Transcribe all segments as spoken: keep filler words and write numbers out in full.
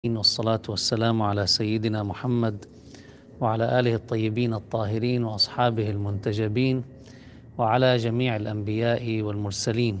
والصلاة والسلام على سيدنا محمد وعلى آله الطيبين الطاهرين وأصحابه المنتجبين وعلى جميع الأنبياء والمرسلين.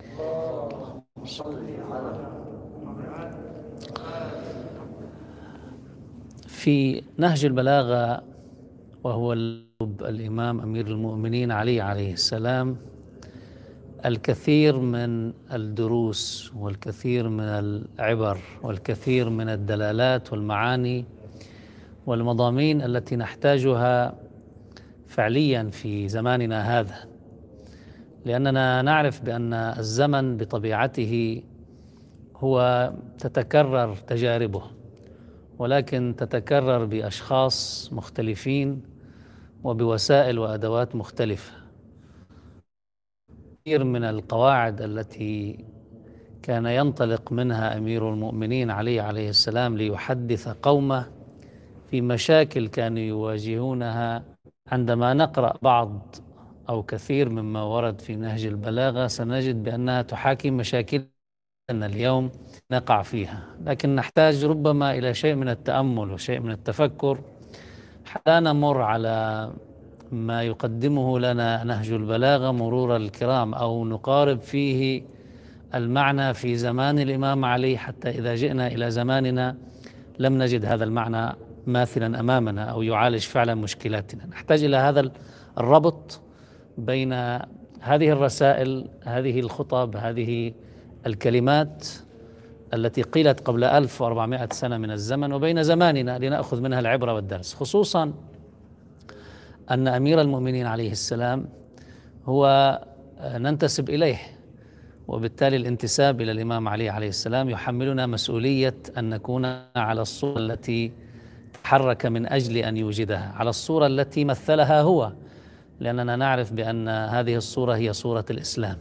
في نهج البلاغة، وهو الإمام أمير المؤمنين علي عليه السلام، الكثير من الدروس والكثير من العبر والكثير من الدلالات والمعاني والمضامين التي نحتاجها فعليا في زماننا هذا، لأننا نعرف بأن الزمن بطبيعته هو تتكرر تجاربه، ولكن تتكرر بأشخاص مختلفين وبوسائل وأدوات مختلفة. كثير من القواعد التي كان ينطلق منها أمير المؤمنين علي عليه السلام ليحدث قومه في مشاكل كانوا يواجهونها، عندما نقرأ بعض أو كثير مما ورد في نهج البلاغة سنجد بأنها تحاكي مشاكلنا اليوم نقع فيها، لكن نحتاج ربما إلى شيء من التأمل وشيء من التفكر حتى نمر على ما يقدمه لنا نهج البلاغة مرور الكرام، أو نقارب فيه المعنى في زمان الإمام علي، حتى إذا جئنا إلى زماننا لم نجد هذا المعنى ماثلا أمامنا أو يعالج فعلا مشكلاتنا. نحتاج إلى هذا الربط بين هذه الرسائل، هذه الخطب، هذه الكلمات التي قيلت قبل ألف وأربعمائة سنة من الزمن وبين زماننا لنأخذ منها العبرة والدرس، خصوصا أن أمير المؤمنين عليه السلام هو ننتسب إليه، وبالتالي الانتساب إلى الإمام علي عليه السلام يحملنا مسؤولية أن نكون على الصورة التي تحرك من أجل أن يوجدها، على الصورة التي مثلها هو، لأننا نعرف بأن هذه الصورة هي صورة الإسلام.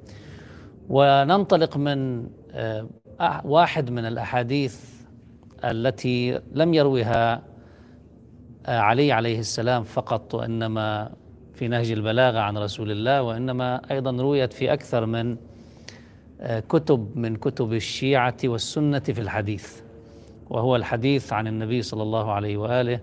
وننطلق من واحد من الأحاديث التي لم يرويها علي عليه السلام فقط، وإنما في نهج البلاغة عن رسول الله، وإنما أيضا رويت في أكثر من كتب من كتب الشيعة والسنة في الحديث، وهو الحديث عن النبي صلى الله عليه وآله: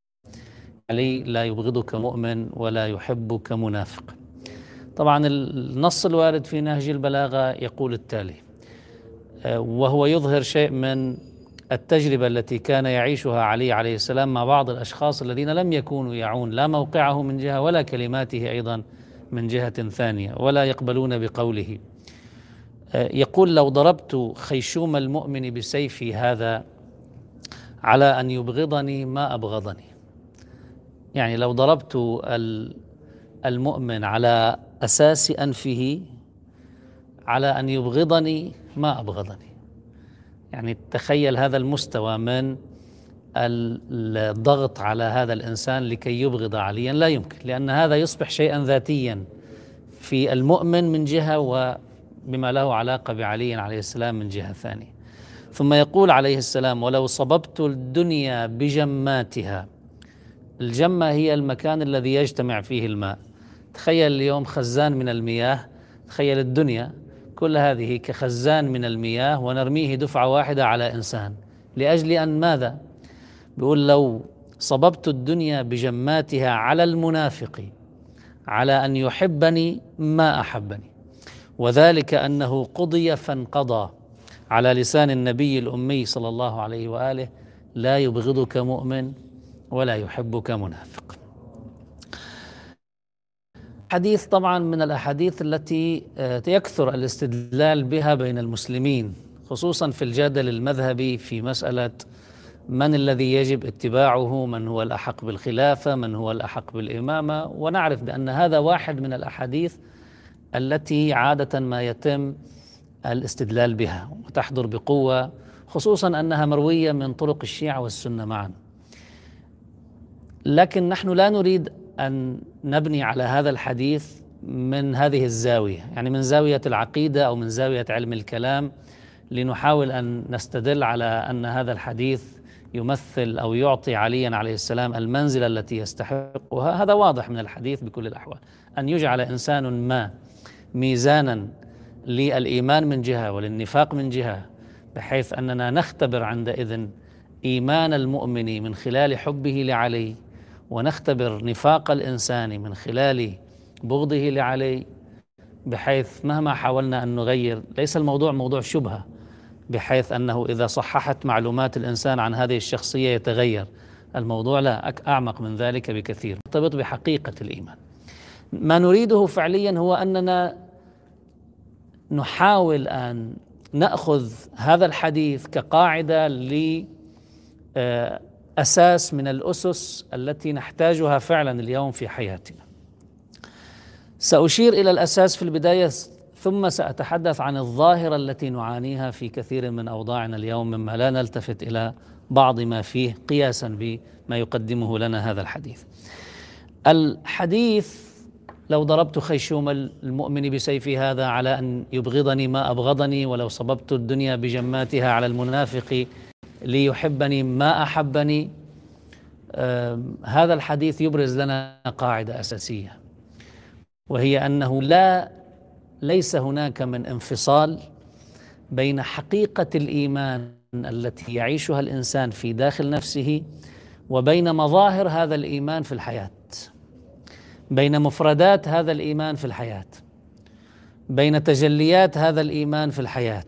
علي لا يبغضك مؤمن ولا يحبك منافق. طبعا النص الوارد في نهج البلاغة يقول التالي، وهو يظهر شيء من التجربة التي كان يعيشها علي عليه السلام مع بعض الأشخاص الذين لم يكونوا يعون لا موقعه من جهة ولا كلماته أيضا من جهة ثانية، ولا يقبلون بقوله. يقول: لو ضربت خيشوم المؤمن بسيفي هذا على أن يبغضني ما أبغضني. يعني لو ضربت المؤمن على أساس أنفه على أن يبغضني ما أبغضني. يعني تخيل هذا المستوى من الضغط على هذا الإنسان لكي يبغض عليا، لا يمكن، لأن هذا يصبح شيئا ذاتيا في المؤمن من جهة، وبما له علاقة بعلي عليه السلام من جهة ثانية. ثم يقول عليه السلام: ولو صببت الدنيا بجماتها. الجمة هي المكان الذي يجتمع فيه الماء. تخيل اليوم خزان من المياه، تخيل الدنيا كل هذه كخزان من المياه ونرميه دفعة واحدة على إنسان، لأجل أن ماذا؟ بيقول: لو صببت الدنيا بجماتها على المنافق على أن يحبني ما أحبني، وذلك أنه قضي فانقضى، على لسان النبي الأمي صلى الله عليه وآله: لا يبغضك مؤمن ولا يحبك منافق. حديث طبعا من الأحاديث التي يكثر الاستدلال بها بين المسلمين، خصوصا في الجدل المذهبي في مسألة من الذي يجب اتباعه، من هو الأحق بالخلافة، من هو الأحق بالإمامة. ونعرف بأن هذا واحد من الأحاديث التي عادة ما يتم الاستدلال بها وتحضر بقوة، خصوصا أنها مروية من طرق الشيعة والسنة معا. لكن نحن لا نريد أن نبني على هذا الحديث من هذه الزاوية، يعني من زاوية العقيدة أو من زاوية علم الكلام، لنحاول أن نستدل على أن هذا الحديث يمثل أو يعطي عليا عليه السلام المنزلة التي يستحقها. هذا واضح من الحديث بكل الأحوال، أن يجعل إنسان ما ميزانا للإيمان من جهة وللنفاق من جهة، بحيث أننا نختبر عندئذ إيمان المؤمن من خلال حبه لعلي، ونختبر نفاق الإنسان من خلال بغضه لعلي، بحيث مهما حاولنا أن نغير ليس الموضوع موضوع شبهة، بحيث أنه إذا صححت معلومات الإنسان عن هذه الشخصية يتغير. الموضوع لا، أعمق من ذلك بكثير، مرتبط بحقيقة الإيمان. ما نريده فعليا هو أننا نحاول أن نأخذ هذا الحديث كقاعدة لأساس من الأسس التي نحتاجها فعلا اليوم في حياتنا. سأشير إلى الأساس في البداية، ثم سأتحدث عن الظاهرة التي نعانيها في كثير من أوضاعنا اليوم مما لا نلتفت إلى بعض ما فيه قياسا بما يقدمه لنا هذا الحديث. الحديث: لو ضربت خيشوم المؤمن بسيفي هذا على أن يبغضني ما أبغضني، ولو صببت الدنيا بجماتها على المنافق ليحبني ما أحبني. هذا الحديث يبرز لنا قاعدة أساسية، وهي أنه لا ليس هناك من انفصال بين حقيقة الإيمان التي يعيشها الإنسان في داخل نفسه وبين مظاهر هذا الإيمان في الحياة، بين مفردات هذا الإيمان في الحياة، بين تجليات هذا الإيمان في الحياة،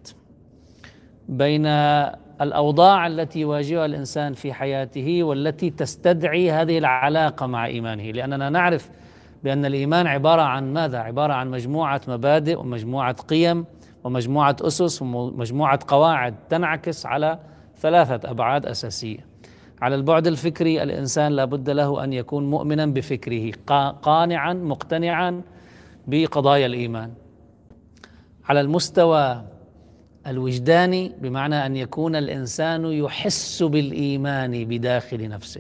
بين الأوضاع التي يواجهها الإنسان في حياته والتي تستدعي هذه العلاقة مع إيمانه. لأننا نعرف بأن الإيمان عبارة عن ماذا؟ عبارة عن مجموعة مبادئ ومجموعة قيم ومجموعة أسس ومجموعة قواعد تنعكس على ثلاثة أبعاد أساسية. على البعد الفكري، الإنسان لا بد له أن يكون مؤمنا بفكره، قانعا مقتنعا بقضايا الإيمان. على المستوى الوجداني، بمعنى أن يكون الإنسان يحس بالإيمان بداخل نفسه،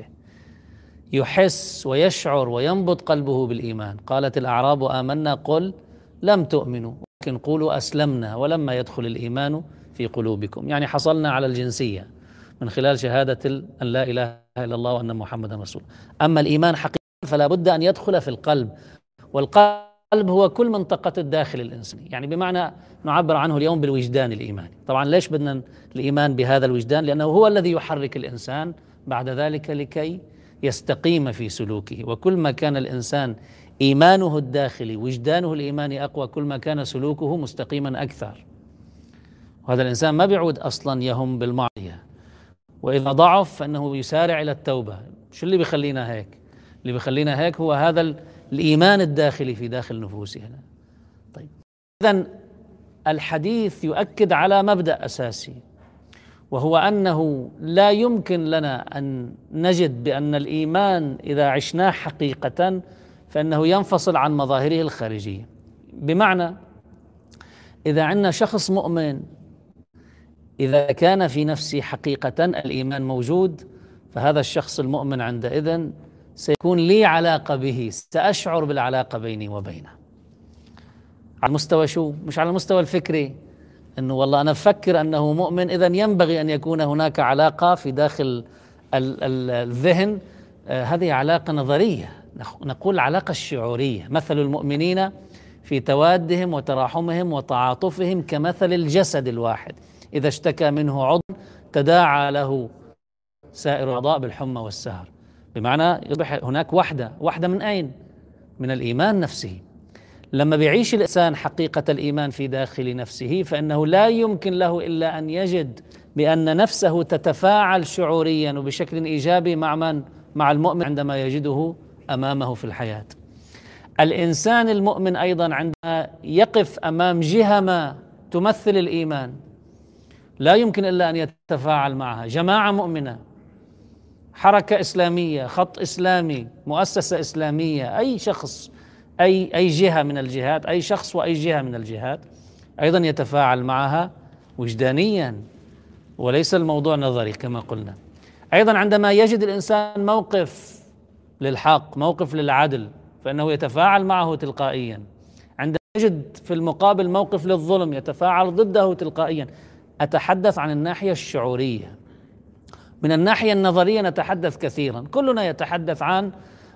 يحس ويشعر وينبض قلبه بالإيمان. قالت الأعراب آمنا قل لم تؤمنوا ولكن قولوا أسلمنا ولما يدخل الإيمان في قلوبكم. يعني حصلنا على الجنسية من خلال شهادة أن لا إله إلا الله وأن محمدا رسول. أما الإيمان حقيقة فلا بد أن يدخل في القلب، والقلب هو كل منطقة الداخل الإنساني، يعني بمعنى نعبر عنه اليوم بالوجدان الإيماني. طبعا ليش بدنا الإيمان بهذا الوجدان؟ لأنه هو الذي يحرك الإنسان بعد ذلك لكي يستقيم في سلوكه. وكل ما كان الإنسان إيمانه الداخلي وجدانه الإيماني أقوى، كل ما كان سلوكه مستقيما أكثر. وهذا الإنسان ما بيعود أصلا يهم بالمعصية، وإذا ضعف فإنه يسارع إلى التوبة. شو اللي بيخلينا هيك؟ اللي بيخلينا هيك هو هذا الإيمان الداخلي في داخل نفوسنا. طيب، إذن الحديث يؤكد على مبدأ أساسي، وهو أنه لا يمكن لنا أن نجد بأن الإيمان إذا عشناه حقيقة فإنه ينفصل عن مظاهره الخارجية. بمعنى إذا عندنا شخص مؤمن، إذا كان في نفسه حقيقة الإيمان موجود، فهذا الشخص المؤمن عندئذ سيكون لي علاقة به، سأشعر بالعلاقة بيني وبينه. على المستوى شو؟ مش على المستوى الفكري، أنه والله أنا أفكر أنه مؤمن إذن ينبغي أن يكون هناك علاقة في داخل الذهن. آه هذه علاقة نظرية، نقول العلاقة الشعورية. مثل المؤمنين في توادهم وتراحمهم وتعاطفهم كمثل الجسد الواحد إذا اشتكى منه عضو تداعى له سائر الأعضاء بالحمى والسهر. بمعنى يصبح هناك وحدة. وحدة من أين؟ من الإيمان نفسه. لما بيعيش الإنسان حقيقة الإيمان في داخل نفسه فإنه لا يمكن له إلا أن يجد بأن نفسه تتفاعل شعوريا وبشكل إيجابي مع من؟ مع المؤمن عندما يجده أمامه في الحياة. الإنسان المؤمن أيضا عندما يقف أمام جهة ما تمثل الإيمان لا يمكن إلا أن يتفاعل معها. جماعة مؤمنة، حركة إسلامية، خط إسلامي، مؤسسة إسلامية، أي شخص، أي أي جهة من الجهات، أي شخص وأي جهة من الجهات أيضا يتفاعل معها وجدانيا، وليس الموضوع نظري كما قلنا. أيضا عندما يجد الإنسان موقف للحق، موقف للعدل، فإنه يتفاعل معه تلقائيا. عندما يجد في المقابل موقف للظلم يتفاعل ضده تلقائيا. أتحدث عن الناحية الشعورية. من الناحية النظرية نتحدث كثيرا، كلنا يتحدث عن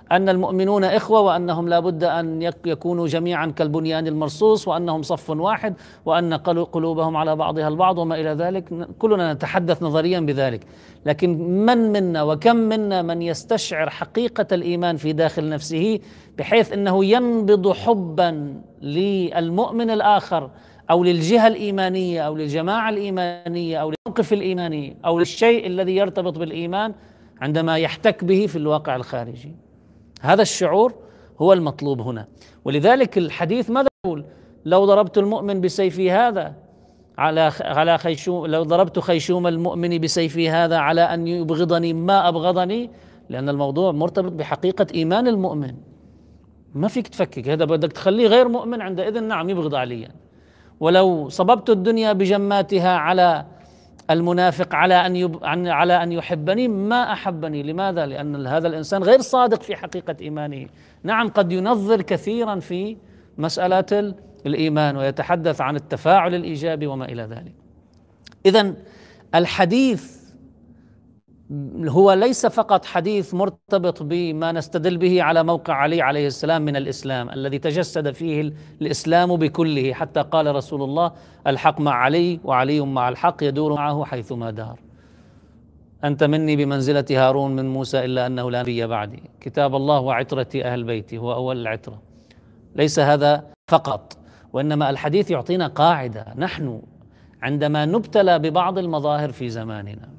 أن المؤمنون إخوة، وأنهم لا بد أن يكونوا جميعا كالبنيان المرصوص، وأنهم صف واحد، وأن قلوبهم على بعضها البعض وما إلى ذلك. كلنا نتحدث نظريا بذلك، لكن من منا وكم منا من يستشعر حقيقة الإيمان في داخل نفسه بحيث أنه ينبض حبا للمؤمن الآخر أو للجهة الإيمانية أو للجماعة الإيمانية أو للموقف الإيماني أو للشيء الذي يرتبط بالإيمان عندما يحتك به في الواقع الخارجي. هذا الشعور هو المطلوب هنا. ولذلك الحديث ماذا يقول؟ لو ضربت المؤمن بسيفي هذا على على خيشوم لو ضربت خيشوم المؤمن بسيفي هذا على أن يبغضني ما أبغضني، لأن الموضوع مرتبط بحقيقة إيمان المؤمن. ما فيك تفكك هذا، بدك تخليه غير مؤمن عندئذ نعم يبغض عليا. ولو صببت الدنيا بجماتها على المنافق على أن يب... على أن يحبني ما أحبني. لماذا؟ لأن هذا الإنسان غير صادق في حقيقة إيمانه. نعم قد ينظر كثيرا في مسألة الإيمان ويتحدث عن التفاعل الإيجابي وما إلى ذلك. إذن الحديث هو ليس فقط حديث مرتبط بما نستدل به على موقع علي عليه السلام من الإسلام الذي تجسد فيه الإسلام بكله، حتى قال رسول الله: الحق مع علي وعلي مع الحق يدور معه حيثما دار. أنت مني بمنزلة هارون من موسى إلا أنه لا نبي بعدي، كتاب الله وعترتي أهل بيتي، هو أول العترة. ليس هذا فقط، وإنما الحديث يعطينا قاعدة. نحن عندما نبتلى ببعض المظاهر في زماننا،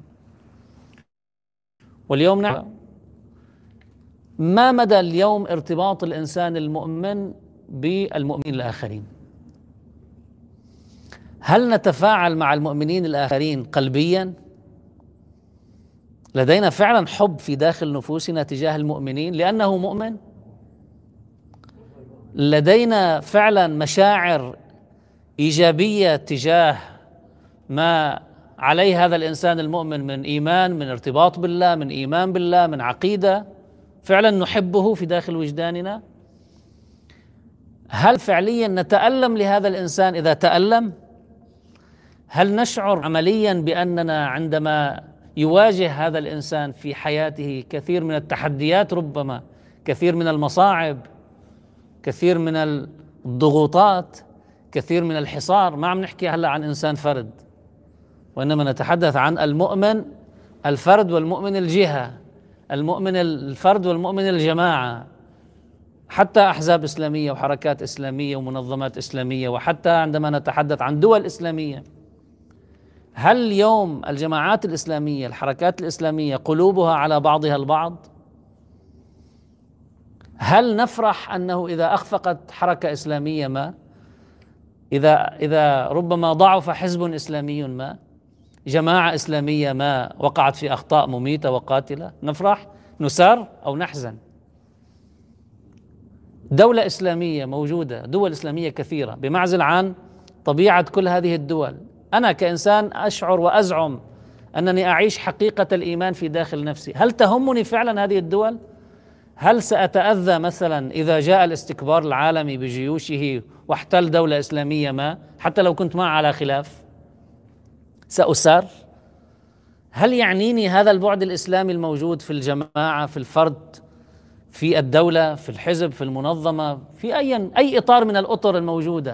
واليوم نعم، ما مدى اليوم ارتباط الإنسان المؤمن بالمؤمنين الآخرين؟ هل نتفاعل مع المؤمنين الآخرين قلبيا؟ لدينا فعلا حب في داخل نفوسنا تجاه المؤمنين لأنه مؤمن؟ لدينا فعلا مشاعر إيجابية تجاه ما عليه هذا الإنسان المؤمن من إيمان، من ارتباط بالله، من إيمان بالله، من عقيدة فعلا نحبه في داخل وجداننا؟ هل فعليا نتألم لهذا الإنسان إذا تألم؟ هل نشعر عمليا بأننا عندما يواجه هذا الإنسان في حياته كثير من التحديات، ربما كثير من المصاعب، كثير من الضغوطات، كثير من الحصار، ما عم نحكي هلا عن إنسان فرد، وإنما نتحدث عن المؤمن الفرد والمؤمن الجهة، المؤمن الفرد والمؤمن الجماعة، حتى أحزاب إسلامية وحركات إسلامية ومنظمات إسلامية، وحتى عندما نتحدث عن دول إسلامية. هل اليوم الجماعات الإسلامية، الحركات الإسلامية، قلوبها على بعضها البعض؟ هل نفرح أنه إذا أخفقت حركة إسلامية ما، إذا إذا ربما ضعف حزب إسلامي ما، جماعة إسلامية ما وقعت في أخطاء مميتة وقاتلة، نفرح، نسر أو نحزن؟ دولة إسلامية موجودة، دول إسلامية كثيرة، بمعزل عن طبيعة كل هذه الدول، أنا كإنسان أشعر وأزعم أنني أعيش حقيقة الإيمان في داخل نفسي. هل تهمني فعلا هذه الدول؟ هل سأتأذى مثلا إذا جاء الاستكبار العالمي بجيوشه واحتل دولة إسلامية ما، حتى لو كنت معه على خلاف؟ سأسار؟ هل يعنيني هذا البعد الإسلامي الموجود في الجماعة، في الفرد، في الدولة، في الحزب، في المنظمة، في أي أي إطار من الأطر الموجودة؟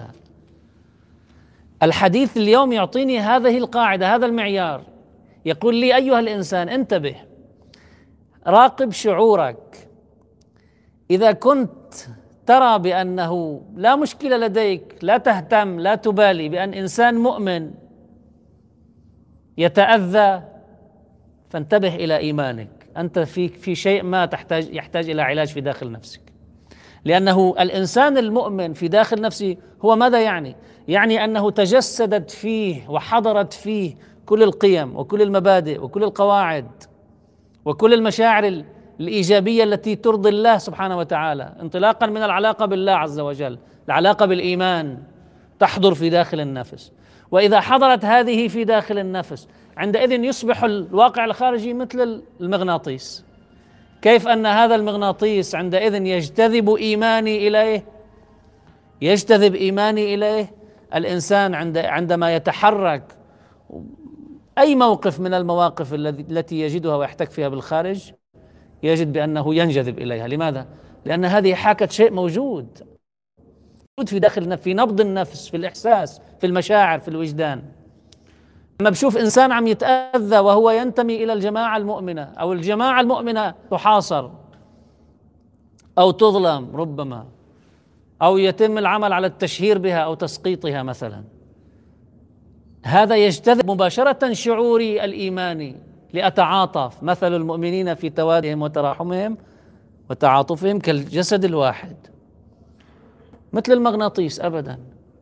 الحديث اليوم يعطيني هذه القاعدة، هذا المعيار، يقول لي: أيها الإنسان انتبه، راقب شعورك. إذا كنت ترى بأنه لا مشكلة لديك، لا تهتم، لا تبالي بأن إنسان مؤمن يتأذى، فانتبه إلى إيمانك، أنت في في شيء ما تحتاج يحتاج إلى علاج في داخل نفسك. لأنه الإنسان المؤمن في داخل نفسه هو ماذا يعني؟ يعني أنه تجسدت فيه وحضرت فيه كل القيم وكل المبادئ وكل القواعد وكل المشاعر الإيجابية التي ترضي الله سبحانه وتعالى، انطلاقا من العلاقة بالله عز وجل، العلاقة بالإيمان تحضر في داخل النفس. وإذا حضرت هذه في داخل النفس، عندئذ يصبح الواقع الخارجي مثل المغناطيس. كيف أن هذا المغناطيس عندئذ يجتذب إيماني إليه، يجتذب إيماني إليه. الإنسان عند عندما يتحرك أي موقف من المواقف التي يجدها ويحتك فيها بالخارج، يجد بأنه ينجذب إليها. لماذا؟ لأن هذه حاكت شيء موجود في داخل، في نبض النفس، في الإحساس، في المشاعر، في الوجدان. لما بشوف إنسان عم يتأذى وهو ينتمي إلى الجماعة المؤمنة، أو الجماعة المؤمنة تحاصر أو تظلم ربما، أو يتم العمل على التشهير بها أو تسقيطها مثلا، هذا يجتذب مباشرة شعوري الإيماني لأتعاطف. مثل المؤمنين في توادهم وتراحمهم وتعاطفهم كالجسد الواحد، مثل المغناطيس أبدا.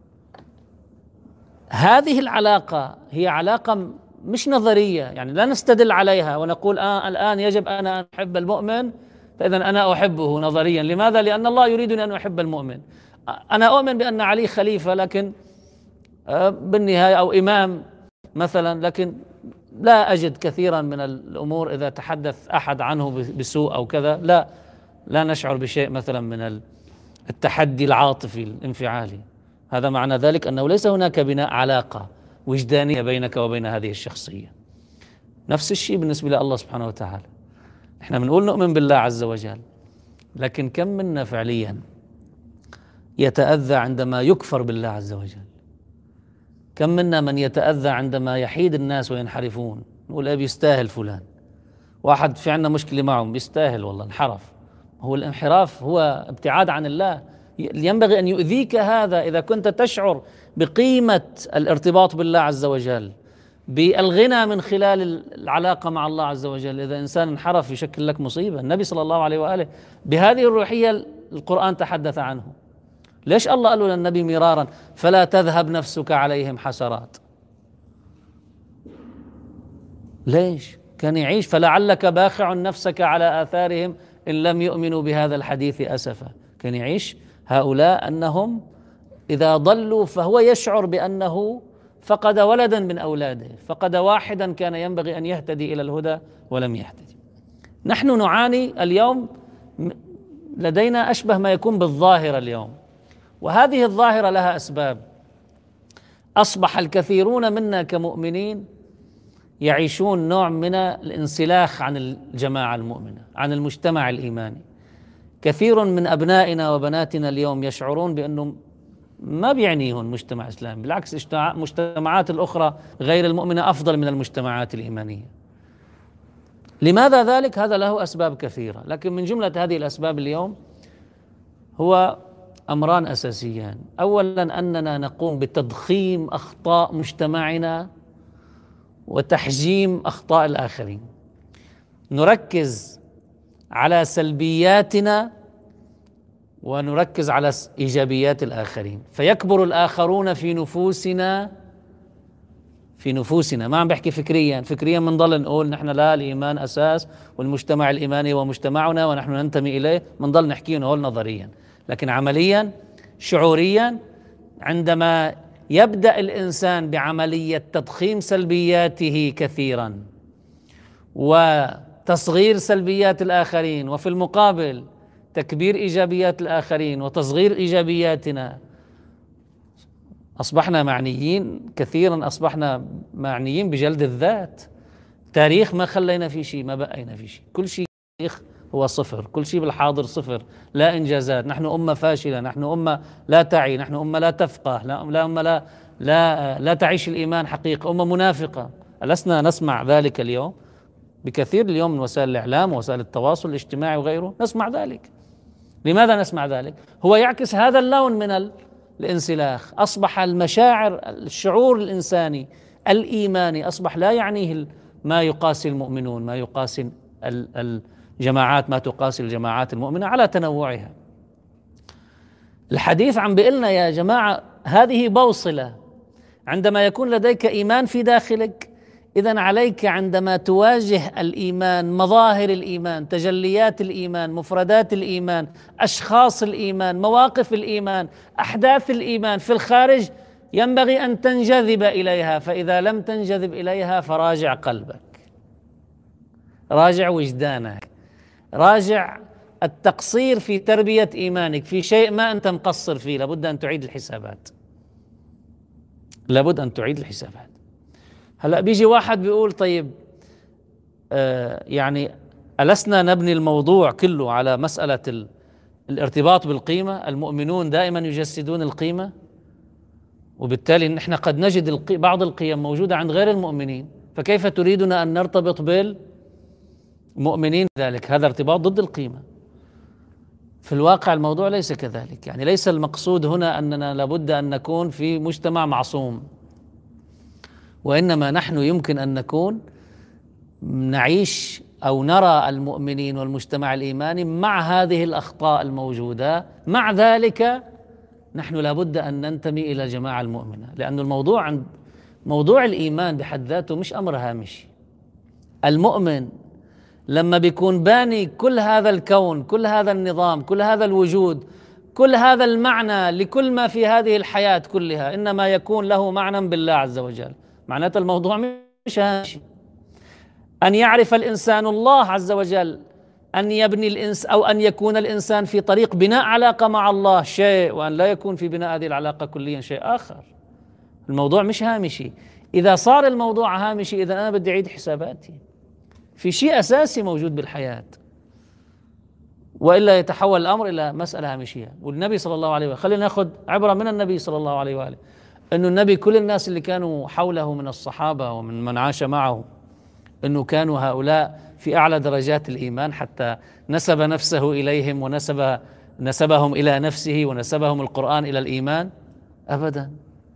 هذه العلاقة هي علاقة مش نظرية، يعني لا نستدل عليها ونقول آه الآن يجب أنا أن أحب المؤمن فإذا أنا أحبه نظريا. لماذا؟ لأن الله يريدني أن أحب المؤمن. أنا أؤمن بأن علي خليفة لكن بالنهاية، أو إمام مثلا، لكن لا أجد كثيرا من الأمور إذا تحدث أحد عنه بسوء أو كذا، لا لا نشعر بشيء مثلا من التحدي العاطفي الانفعالي. هذا معنى ذلك أنه ليس هناك بناء علاقة وجدانية بينك وبين هذه الشخصية. نفس الشيء بالنسبة لله سبحانه وتعالى. احنا بنقول نؤمن بالله عز وجل، لكن كم منا فعليا يتأذى عندما يكفر بالله عز وجل؟ كم منا من يتأذى عندما يحيد الناس وينحرفون؟ نقول أبي يستاهل فلان، واحد في عنا مشكلة معه بيستاهل والله انحرف. هو الانحراف هو ابتعاد عن الله. ينبغي أن يؤذيك هذا إذا كنت تشعر بقيمة الارتباط بالله عز وجل، بالغنى من خلال العلاقة مع الله عز وجل. إذا إنسان انحرف يشكل لك مصيبة. النبي صلى الله عليه وآله بهذه الروحية القرآن تحدث عنه. ليش الله قال له للنبي مرارا فلا تذهب نفسك عليهم حسرات؟ ليش؟ كان يعيش فلعلك باخع نفسك على آثارهم إن لم يؤمنوا بهذا الحديث أسفا. كان يعيش هؤلاء أنهم إذا ضلوا فهو يشعر بأنه فقد ولدا من أولاده، فقد واحدا كان ينبغي أن يهتدي إلى الهدى ولم يهتدي. نحن نعاني اليوم، لدينا أشبه ما يكون بالظاهرة اليوم، وهذه الظاهرة لها أسباب. أصبح الكثيرون منا كمؤمنين يعيشون نوع من الانسلاخ عن الجماعة المؤمنة، عن المجتمع الإيماني. كثير من أبنائنا وبناتنا اليوم يشعرون بأنه ما بيعنيهم مجتمع إسلامي، بالعكس المجتمعات الأخرى غير المؤمنة أفضل من المجتمعات الإيمانية. لماذا ذلك؟ هذا له أسباب كثيرة، لكن من جملة هذه الأسباب اليوم هو أمران أساسيان. أولا أننا نقوم بتضخيم أخطاء مجتمعنا وتحجيم أخطاء الآخرين. نركز على سلبياتنا ونركز على إيجابيات الآخرين، فيكبر الآخرون في نفوسنا في نفوسنا ما عم بحكي فكريا. فكريا بنضل نقول نحن لا، الإيمان أساس والمجتمع الإيماني هو مجتمعنا ونحن ننتمي إليه، بنضل نحكيه هول نظريا. لكن عمليا شعوريا عندما يبدأ الإنسان بعملية تضخيم سلبياته كثيرا وتصغير سلبيات الآخرين، وفي المقابل تكبير إيجابيات الآخرين وتصغير إيجابياتنا، أصبحنا معنيين كثيرا، أصبحنا معنيين بجلد الذات. تاريخ ما خلينا في شيء، ما بقينا في شيء، كل شيء تاريخ هو صفر، كل شيء بالحاضر صفر، لا إنجازات. نحن أمة فاشلة، نحن أمة لا تعي، نحن أمة لا تفقه، لا, لا أمة لا, لا, لا تعيش الإيمان حقيقة، أمة منافقة. ألسنا نسمع ذلك اليوم بكثير اليوم من وسائل الإعلام ووسائل التواصل الاجتماعي وغيره؟ نسمع ذلك. لماذا نسمع ذلك؟ هو يعكس هذا اللون من الانسلاخ. أصبح المشاعر، الشعور الإنساني الإيماني أصبح لا يعنيه ما يقاسي المؤمنون، ما يقاسي الجماعات، ما تقاسي الجماعات المؤمنة على تنوعها. الحديث عم بيقلنا يا جماعة هذه بوصلة. عندما يكون لديك إيمان في داخلك، إذن عليك عندما تواجه الإيمان، مظاهر الإيمان، تجليات الإيمان، مفردات الإيمان، أشخاص الإيمان، مواقف الإيمان، أحداث الإيمان في الخارج، ينبغي أن تنجذب إليها. فإذا لم تنجذب إليها فراجع قلبك، راجع وجدانك، راجع التقصير في تربية إيمانك. في شيء ما أنت مقصر فيه، لابد أن تعيد الحسابات، لابد أن تعيد الحسابات. هلأ بيجي واحد بيقول طيب آه يعني ألسنا نبني الموضوع كله على مسألة ال... الارتباط بالقيمة؟ المؤمنون دائما يجسدون القيمة، وبالتالي نحن قد نجد القي... بعض القيم موجودة عند غير المؤمنين، فكيف تريدنا أن نرتبط بالمؤمنين؟ ذلك هذا ارتباط ضد القيمة. في الواقع الموضوع ليس كذلك، يعني ليس المقصود هنا أننا لابد أن نكون في مجتمع معصوم، وإنما نحن يمكن أن نكون نعيش أو نرى المؤمنين والمجتمع الإيماني مع هذه الأخطاء الموجودة. مع ذلك نحن لابد أن ننتمي إلى الجماعة المؤمنة، لأن الموضوع عند موضوع الإيمان بحد ذاته مش أمر هامشي. المؤمن لما بيكون باني كل هذا الكون، كل هذا النظام، كل هذا الوجود، كل هذا المعنى لكل ما في هذه الحياة كلها، إنما يكون له معنى بالله عز وجل. معناته الموضوع مش هامشي. أن يعرف الإنسان الله عز وجل، أن يبني الإنس أو أن يكون الإنسان في طريق بناء علاقة مع الله شيء، وأن لا يكون في بناء هذه العلاقة كليا شيء آخر. الموضوع مش هامشي. إذا صار الموضوع هامشي، إذا أنا بدي أعيد حساباتي في شيء أساسي موجود بالحياة، وإلا يتحول الأمر إلى مسألة هامشية. والنبي صلى الله عليه وآله، خلينا نأخذ عبرة من النبي صلى الله عليه وآله، أنه النبي كل الناس اللي كانوا حوله من الصحابة ومن من عاش معه، أنه كانوا هؤلاء في أعلى درجات الإيمان، حتى نسب نفسه إليهم ونسب نسبهم إلى نفسه ونسبهم القرآن إلى الإيمان؟ أبدا.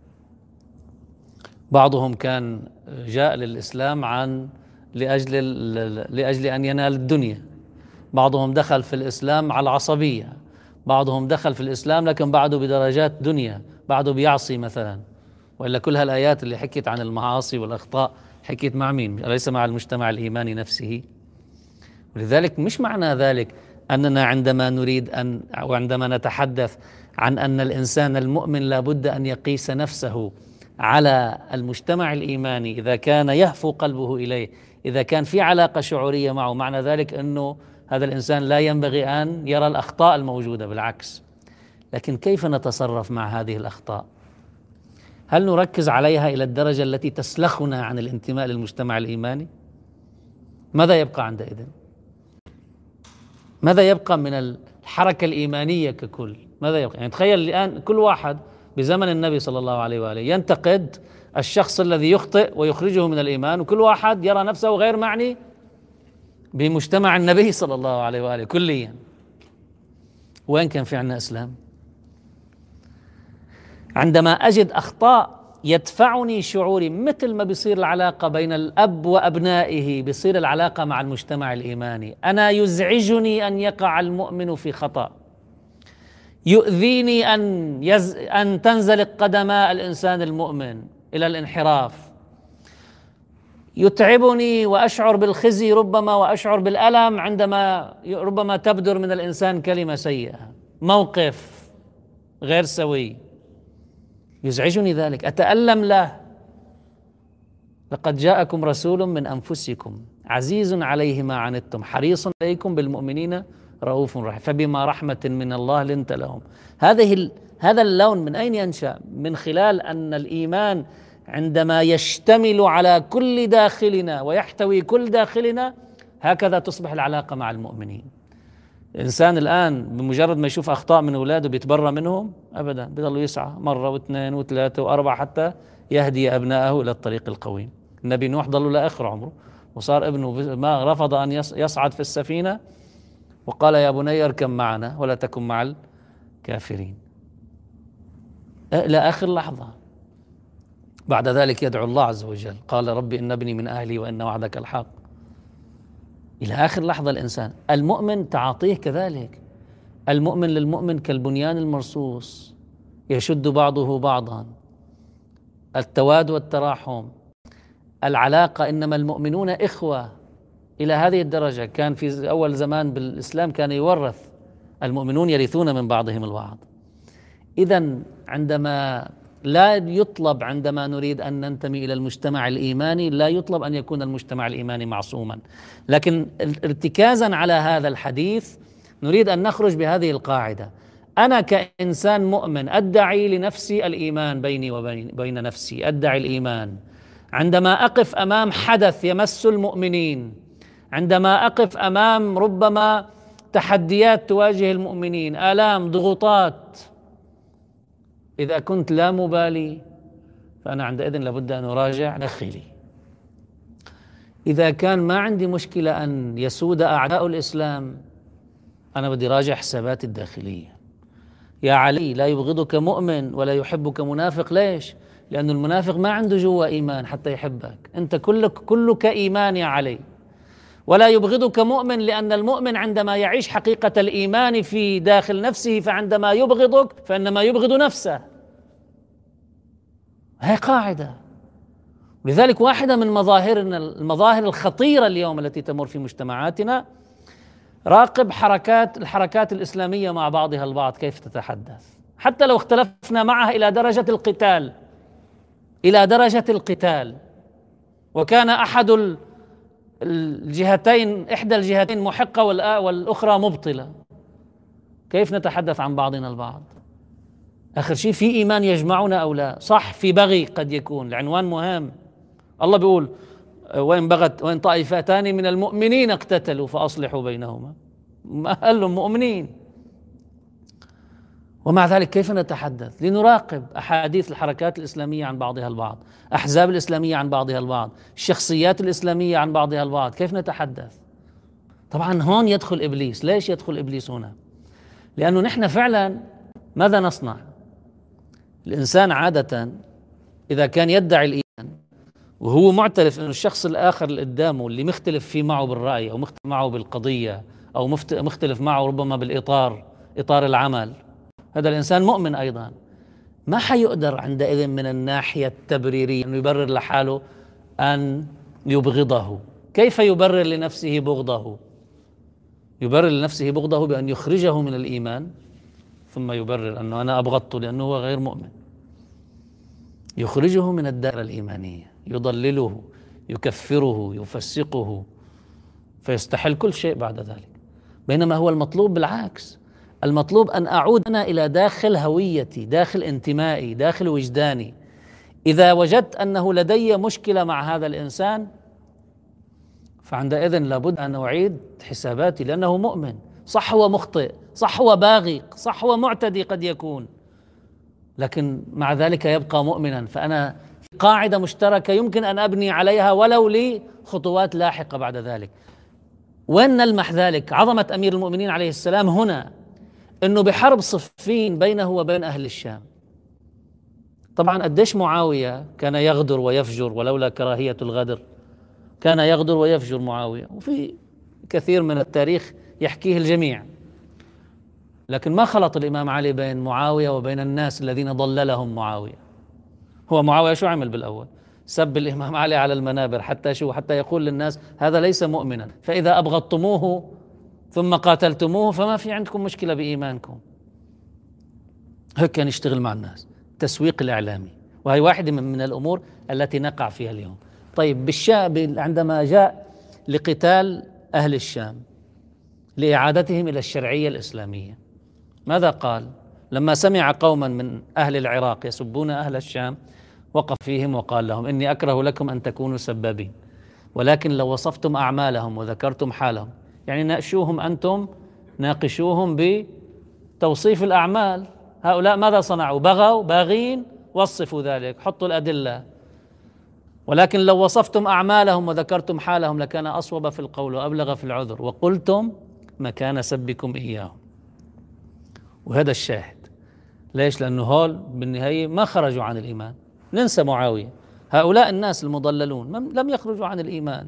بعضهم كان جاء للإسلام عن لأجل لأجل أن ينال الدنيا، بعضهم دخل في الإسلام على العصبية، بعضهم دخل في الإسلام لكن بعده بدرجات دنيا، بعده بيعصي مثلا. وإلا كل هالآيات اللي حكيت عن المعاصي والأخطاء حكيت مع مين؟ أليس مع المجتمع الإيماني نفسه؟ ولذلك مش معنى ذلك أننا عندما نريد أن وعندما نتحدث عن أن الإنسان المؤمن لابد أن يقيس نفسه على المجتمع الإيماني إذا كان يهفو قلبه إليه، إذا كان في علاقة شعورية معه، معنى ذلك أنه هذا الإنسان لا ينبغي أن يرى الأخطاء الموجودة، بالعكس. لكن كيف نتصرف مع هذه الأخطاء؟ هل نركز عليها إلى الدرجة التي تسلخنا عن الانتماء للمجتمع الإيماني؟ ماذا يبقى عندئذ؟ ماذا يبقى من الحركة الإيمانية ككل؟ ماذا يبقى؟ يعني تخيل الآن كل واحد بزمن النبي صلى الله عليه وآله ينتقد الشخص الذي يخطئ ويخرجه من الإيمان، وكل واحد يرى نفسه غير معني بمجتمع النبي صلى الله عليه وآله كليا. وين كان في عنا إسلام؟ عندما أجد أخطاء يدفعني شعوري، مثل ما بيصير العلاقة بين الأب وأبنائه بيصير العلاقة مع المجتمع الإيماني. أنا يزعجني أن يقع المؤمن في خطأ، يؤذيني أن, يز... أن تنزلق قدماء الإنسان المؤمن إلى الانحراف، يتعبني وأشعر بالخزي ربما وأشعر بالألم عندما ربما تبدر من الإنسان كلمة سيئة، موقف غير سوي، يزعجني ذلك، أتألم له. لقد جاءكم رسول من أنفسكم عزيز عليه ما عنتم حريص عليكم بالمؤمنين رؤوف رحيم فبما رحمة من الله لنت لهم. هذه هذا اللون من أين ينشأ؟ من خلال أن الإيمان عندما يشتمل على كل داخلنا ويحتوي كل داخلنا، هكذا تصبح العلاقة مع المؤمنين. الإنسان الآن بمجرد ما يشوف أخطاء من أولاده بيتبرى منهم؟ أبدا، بيضل يسعى مرة واثنين وثلاثة وأربعة حتى يهدي أبنائه إلى الطريق القويم. النبي نوح ضل لآخر عمره، وصار ابنه ما رفض أن يصعد في السفينة وقال يا بني اركب معنا ولا تكن مع الكافرين إلى آخر لحظة. بعد ذلك يدعو الله عز وجل، قال ربي إن ابني من أهلي وإن وعدك الحق، إلى آخر لحظة. الإنسان المؤمن تعاطيه كذلك، المؤمن للمؤمن كالبنيان المرصوص يشد بعضه بعضا، التواد والتراحم، العلاقة، إنما المؤمنون إخوة إلى هذه الدرجة. كان في أول زمان بالإسلام كان يورث، المؤمنون يرثون من بعضهم البعض. إذن عندما لا يطلب، عندما نريد أن ننتمي إلى المجتمع الإيماني، لا يطلب أن يكون المجتمع الإيماني معصوما، لكن ارتكازا على هذا الحديث نريد أن نخرج بهذه القاعدة: أنا كإنسان مؤمن أدعي لنفسي الإيمان، بيني وبين بين نفسي أدعي الإيمان. عندما أقف أمام حدث يمس المؤمنين، عندما أقف أمام ربما تحديات تواجه المؤمنين، آلام، ضغوطات، إذا كنت لا مبالي فأنا عندئذ لابد أن أراجع داخلي. إذا كان ما عندي مشكلة أن يسود أعداء الإسلام، أنا بدي راجع حساباتي الداخلية. يا علي، لا يبغضك مؤمن ولا يحبك منافق. ليش؟ لأن المنافق ما عنده جوا إيمان حتى يحبك. أنت كلك كلك إيمان يا علي. ولا يبغضك مؤمن لأن المؤمن عندما يعيش حقيقة الإيمان في داخل نفسه، فعندما يبغضك فإنما يبغض نفسه. هي قاعدة. لذلك واحدة من مظاهرنا المظاهر الخطيرة اليوم التي تمر في مجتمعاتنا، راقب حركات الحركات الإسلامية مع بعضها البعض كيف تتحدث، حتى لو اختلفنا معها إلى درجة القتال، إلى درجة القتال، وكان أحد الجهتين إحدى الجهتين محقة والأخرى مبطلة، كيف نتحدث عن بعضنا البعض؟ آخر شيء في إيمان يجمعنا أو لا؟ صح، في بغي قد يكون، العنوان مهم. الله بيقول وإن بغت وإن طائفتان من المؤمنين اقتتلوا فأصلحوا بينهما، ما قال لهم مؤمنين. ومع ذلك كيف نتحدث؟ لنراقب أحاديث الحركات الإسلامية عن بعضها البعض، أحزاب الإسلامية عن بعضها البعض، الشخصيات الإسلامية عن بعضها البعض، كيف نتحدث؟ طبعا هون يدخل إبليس. ليش يدخل إبليس هنا؟ لأنه نحن فعلا ماذا نصنع؟ الإنسان عادة إذا كان يدعي الإيمان وهو معترف أن الشخص الآخر اللي قدامه اللي مختلف فيه معه بالرأي أو مختلف معه بالقضية أو مختلف معه ربما بالإطار، إطار العمل، هذا الإنسان مؤمن أيضا، ما حيقدر عندئذ من الناحية التبريرية أن يبرر لحاله أن يبغضه. كيف يبرر لنفسه بغضه؟ يبرر لنفسه بغضه بأن يخرجه من الإيمان، ثم يبرر أنه أنا أبغضته لأنه هو غير مؤمن. يخرجه من الدائرة الإيمانية، يضلله، يكفره، يفسقه، فيستحل كل شيء بعد ذلك. بينما هو المطلوب بالعكس، المطلوب أن أعود أنا إلى داخل هويتي، داخل انتمائي، داخل وجداني. إذا وجدت أنه لدي مشكلة مع هذا الإنسان فعندئذ لابد أن أعيد حساباتي، لأنه مؤمن. صح هو مخطئ، صح هو باغي، صح هو معتدي قد يكون، لكن مع ذلك يبقى مؤمنا. فأنا قاعدة مشتركة يمكن أن أبني عليها ولو لي خطوات لاحقة بعد ذلك. وين نلمح ذلك؟ عظمة أمير المؤمنين عليه السلام هنا، أنه بحرب صفين بينه وبين أهل الشام. طبعا قديش معاوية كان يغدر ويفجر، ولولا كراهية الغدر كان يغدر ويفجر معاوية، وفي كثير من التاريخ يحكيه الجميع. لكن ما خلط الإمام علي بين معاوية وبين الناس الذين ضللهم معاوية. هو معاوية شو عمل بالأول؟ سب الإمام علي على المنابر، حتى شو؟ حتى يقول للناس هذا ليس مؤمنا، فإذا أبغضتموه ثم قاتلتموه فما في عندكم مشكلة بإيمانكم. هيك كان يشتغل مع الناس، التسويق الإعلامي، وهي واحدة من, من الأمور التي نقع فيها اليوم. طيب بالشام عندما جاء لقتال أهل الشام لإعادتهم إلى الشرعية الإسلامية، ماذا قال؟ لما سمع قوما من أهل العراق يسبون أهل الشام وقف فيهم وقال لهم إني أكره لكم أن تكونوا سبابين، ولكن لو وصفتم أعمالهم وذكرتم حالهم، يعني ناقشوهم أنتم، ناقشوهم بتوصيف الأعمال. هؤلاء ماذا صنعوا؟ بغوا، باغين، وصفوا ذلك، حطوا الأدلة. ولكن لو وصفتم أعمالهم وذكرتم حالهم لكان أصوب في القول وأبلغ في العذر، وقلتم مكان سبكم إياهم. وهذا الشاهد. ليش؟ لأنه هول بالنهاية ما خرجوا عن الإيمان. ننسى معاوية، هؤلاء الناس المضللون لم يخرجوا عن الإيمان.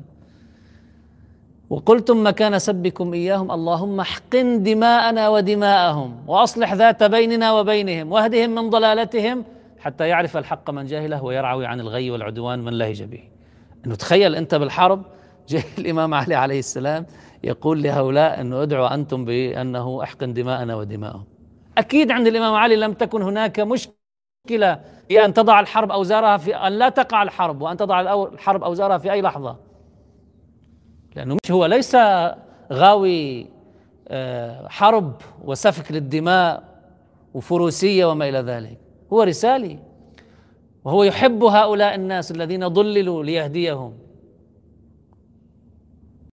وقلتم مكان سبكم إياهم اللهم احقن دماءنا ودماءهم وأصلح ذات بيننا وبينهم واهدهم من ضلالتهم حتى يعرف الحق من جاهله ويرعوي عن الغي والعدوان من لهج به. إنه تخيل أنت بالحرب جاء الإمام علي عليه السلام يقول لهؤلاء أنه ادعوا أنتم بأنه احقن دماءنا ودماءهم. أكيد عند الإمام علي لم تكن هناك مشكلة في أن تضع الحرب أوزارها في أن لا تقع الحرب، وأن تضع الحرب أوزارها في أي لحظة، لأنه مش هو ليس غاوي حرب وسفك للدماء وفروسية وما إلى ذلك، هو رسالي، وهو يحب هؤلاء الناس الذين ضللوا ليهديهم.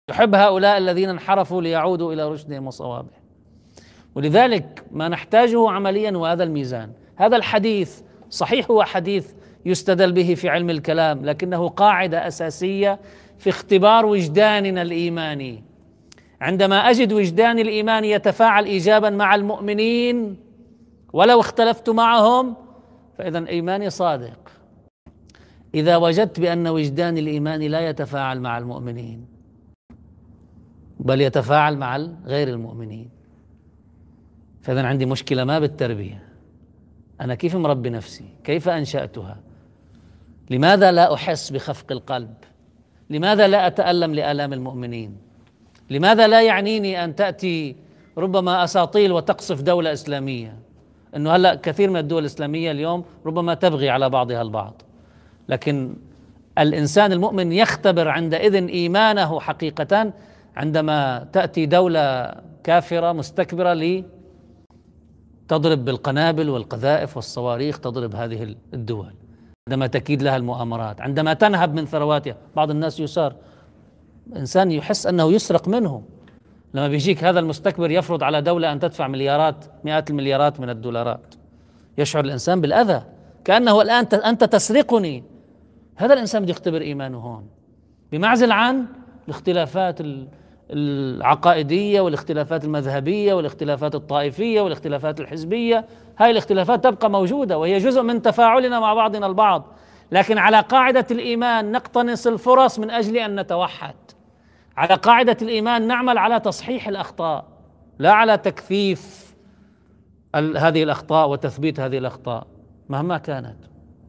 يحب هؤلاء الذين انحرفوا ليعودوا إلى رشدهم وصوابهم. ولذلك ما نحتاجه عمليا هو هذا الميزان. هذا الحديث صحيح هو حديث يستدل به في علم الكلام، لكنه قاعدة أساسية في اختبار وجداننا الإيماني. عندما أجد وجداني الإيماني يتفاعل إيجابا مع المؤمنين ولو اختلفت معهم، فإذا إيماني صادق. إذا وجدت بأن وجداني الإيماني لا يتفاعل مع المؤمنين بل يتفاعل مع غير المؤمنين، فإذا عندي مشكلة ما بالتربية. أنا كيف مربي نفسي؟ كيف أنشأتها؟ لماذا لا أحس بخفق القلب؟ لماذا لا أتألم لآلام المؤمنين؟ لماذا لا يعنيني أن تأتي ربما أساطيل وتقصف دولة إسلامية؟ أنه هلأ كثير من الدول الإسلامية اليوم ربما تبغي على بعضها البعض، لكن الإنسان المؤمن يختبر عندئذ إيمانه حقيقة عندما تأتي دولة كافرة مستكبرة لتضرب بالقنابل والقذائف والصواريخ، تضرب هذه الدول، عندما تكيد لها المؤامرات، عندما تنهب من ثرواتها. بعض الناس يسار، إنسان يحس أنه يسرق منه لما بيجيك هذا المستكبر يفرض على دولة أن تدفع مليارات مئات المليارات من الدولارات. يشعر الإنسان بالأذى كأنه الآن أنت تسرقني. هذا الإنسان بده يختبر إيمانه هون، بمعزل عن الاختلافات العقائدية والاختلافات المذهبية والاختلافات الطائفية والاختلافات الحزبية. هاي الاختلافات تبقى موجودة وهي جزء من تفاعلنا مع بعضنا البعض، لكن على قاعدة الإيمان نقتنص الفرص من أجل أن نتوحد. على قاعدة الإيمان نعمل على تصحيح الأخطاء لا على تكثيف هذه الأخطاء وتثبيت هذه الأخطاء مهما كانت.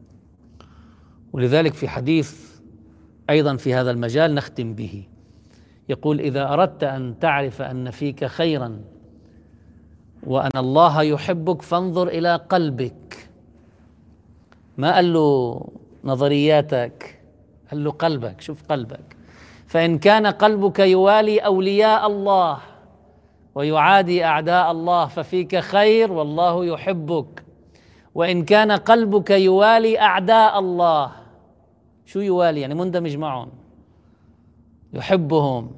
ولذلك في حديث أيضا في هذا المجال نختم به، يقول: إذا أردت أن تعرف أن فيك خيرا وأن الله يحبك فانظر إلى قلبك. ما قال له نظرياتك، قال له قلبك. شوف قلبك، فإن كان قلبك يوالي أولياء الله ويعادي أعداء الله ففيك خير والله يحبك، وإن كان قلبك يوالي أعداء الله. شو يوالي؟ يعني مندمج معهم، يحبهم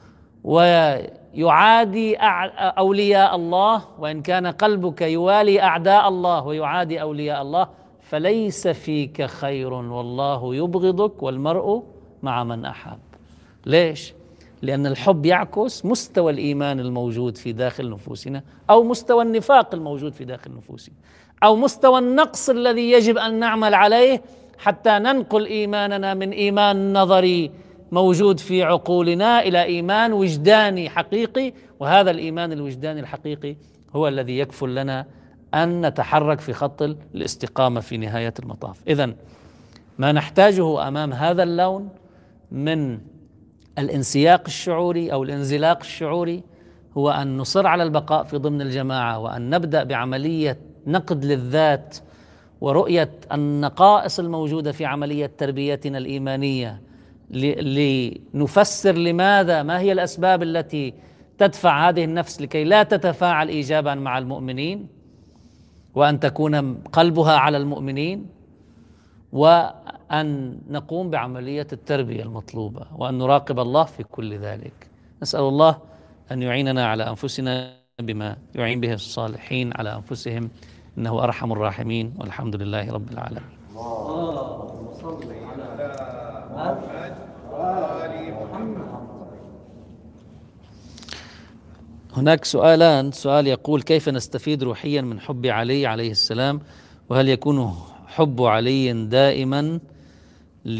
ويعادي أولياء الله. وإن كان قلبك يوالي أعداء الله ويعادي أولياء الله فليس فيك خير والله يبغضك والمرء مع من أحب. ليش؟ لأن الحب يعكس مستوى الإيمان الموجود في داخل نفوسنا، أو مستوى النفاق الموجود في داخل نفوسنا، أو مستوى النقص الذي يجب أن نعمل عليه حتى ننقل إيماننا من إيمان نظري موجود في عقولنا إلى إيمان وجداني حقيقي. وهذا الإيمان الوجداني الحقيقي هو الذي يكفل لنا أن نتحرك في خط الاستقامة في نهاية المطاف. إذن ما نحتاجه أمام هذا اللون من الانسياق الشعوري أو الانزلاق الشعوري هو أن نصر على البقاء في ضمن الجماعة، وأن نبدأ بعملية نقد للذات ورؤية النقائص الموجودة في عملية تربيتنا الإيمانية، لنفسر لماذا، ما هي الأسباب التي تدفع هذه النفس لكي لا تتفاعل إيجابا مع المؤمنين، وأن تكون قلبها على المؤمنين، وأن نقوم بعملية التربية المطلوبة، وأن نراقب الله في كل ذلك. نسأل الله أن يعيننا على أنفسنا بما يعين به الصالحين على أنفسهم، إنه أرحم الراحمين، والحمد لله رب العالمين. اللهم صل على محمد. هناك سؤالان. سؤال يقول: كيف نستفيد روحيا من حب علي عليه السلام؟ وهل يكون حب علي دائما ل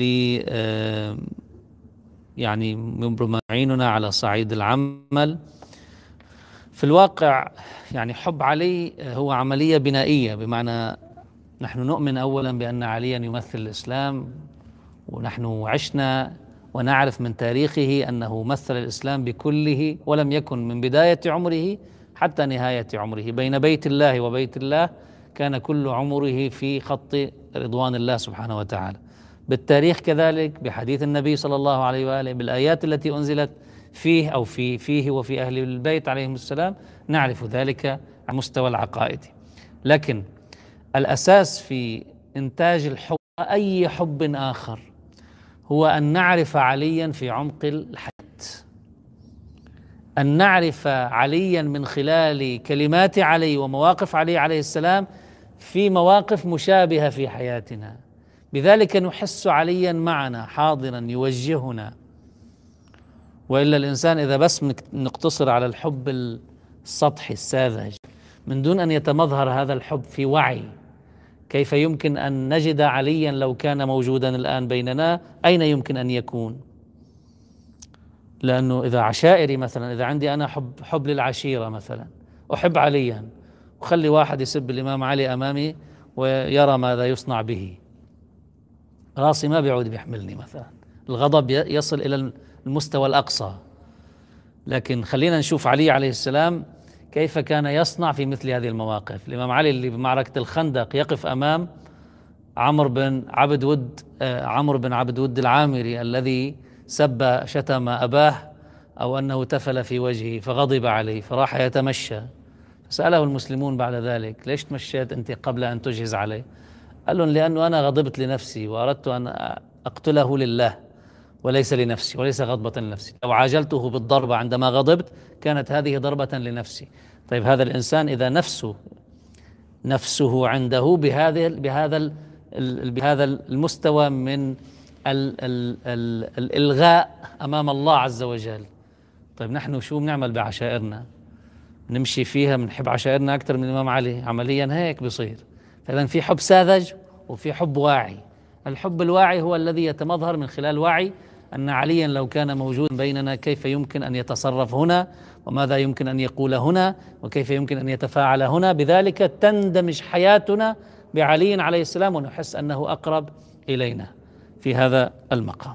يعني ربما يعيننا على صعيد العمل؟ في الواقع يعني حب علي هو عملية بنائية، بمعنى نحن نؤمن أولا بأن عليا يمثل الإسلام، ونحن عشنا ونعرف من تاريخه أنه مثل الإسلام بكله، ولم يكن من بداية عمره حتى نهاية عمره بين بيت الله وبيت الله كان كل عمره في خط رضوان الله سبحانه وتعالى. بالتاريخ كذلك، بحديث النبي صلى الله عليه وآله، بالآيات التي أنزلت فيه أو في فيه وفي أهل البيت عليهم السلام، نعرف ذلك على مستوى العقائد. لكن الأساس في إنتاج الحب أي حب آخر هو أن نعرف عليا في عمق الحياة، أن نعرف عليا من خلال كلمات علي ومواقف علي عليه السلام في مواقف مشابهة في حياتنا، بذلك نحس عليا معنا حاضرا يوجهنا. وإلا الإنسان إذا بس نقتصر على الحب السطحي الساذج من دون أن يتمظهر هذا الحب في وعي، كيف يمكن أن نجد عليا لو كان موجودا الآن بيننا؟ أين يمكن أن يكون؟ لأنه إذا عشائري مثلا، إذا عندي أنا حب حب للعشيرة مثلا، أحب عليا وخلي واحد يسب الإمام علي أمامي ويرى ماذا يصنع به، راسي ما بيعود بيحملني مثلا، الغضب يصل إلى المستوى الأقصى. لكن خلينا نشوف علي عليه السلام كيف كان يصنع في مثل هذه المواقف. الإمام علي اللي بمعركة الخندق يقف أمام عمرو بن عبد ود آه عمرو بن عبد ود العامري الذي سب شتم أباه أو أنه تفل في وجهه فغضب عليه فراح يتمشى، فسأله المسلمون بعد ذلك: ليش تمشيت أنت قبل أن تجهز عليه؟ قال لهم: لأنه أنا غضبت لنفسي وأردت أن أقتله لله وليس لنفسي وليس غضبة لنفسي، لو عاجلته بالضربة عندما غضبت كانت هذه ضربة لنفسي. طيب هذا الإنسان إذا نفسه نفسه عنده بهذا بهذا بهذا المستوى من ال ال ال الإلغاء أمام الله عز وجل، طيب نحن شو بنعمل بعشائرنا؟ نمشي فيها بنحب عشائرنا أكثر من الإمام علي، عمليا هيك بصير. فإذا في حب ساذج وفي حب واعي. الحب الواعي هو الذي يتمظهر من خلال وعي أن عليا لو كان موجود بيننا كيف يمكن أن يتصرف هنا، وماذا يمكن أن يقول هنا، وكيف يمكن أن يتفاعل هنا، بذلك تندمج حياتنا بعلي عليه السلام ونحس أنه أقرب إلينا في هذا المقام.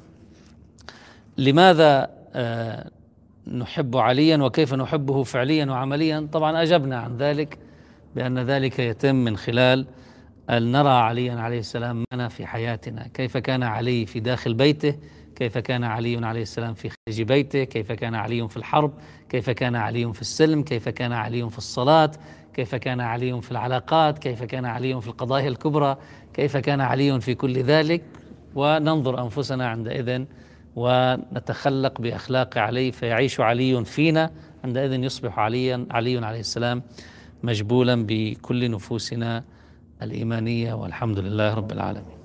لماذا آه نحب عليا وكيف نحبه فعليا وعمليا؟ طبعا أجبنا عن ذلك بأن ذلك يتم من خلال أن نرى عليا عليه السلام معنا في حياتنا، كيف كان علي في داخل بيته، كيف كان علي عليه السلام في خارج بيته، كيف كان علي في الحرب، كيف كان علي في السلم، كيف كان علي في الصلاة، كيف كان علي في العلاقات، كيف كان علي في القضايا الكبرى، كيف كان علي في كل ذلك، وننظر أنفسنا عندئذ ونتخلق بأخلاق علي فيعيش علي فينا، عندئذ يصبح عليا علي عليه السلام مجبولا بكل نفوسنا الإيمانية، والحمد لله رب العالمين.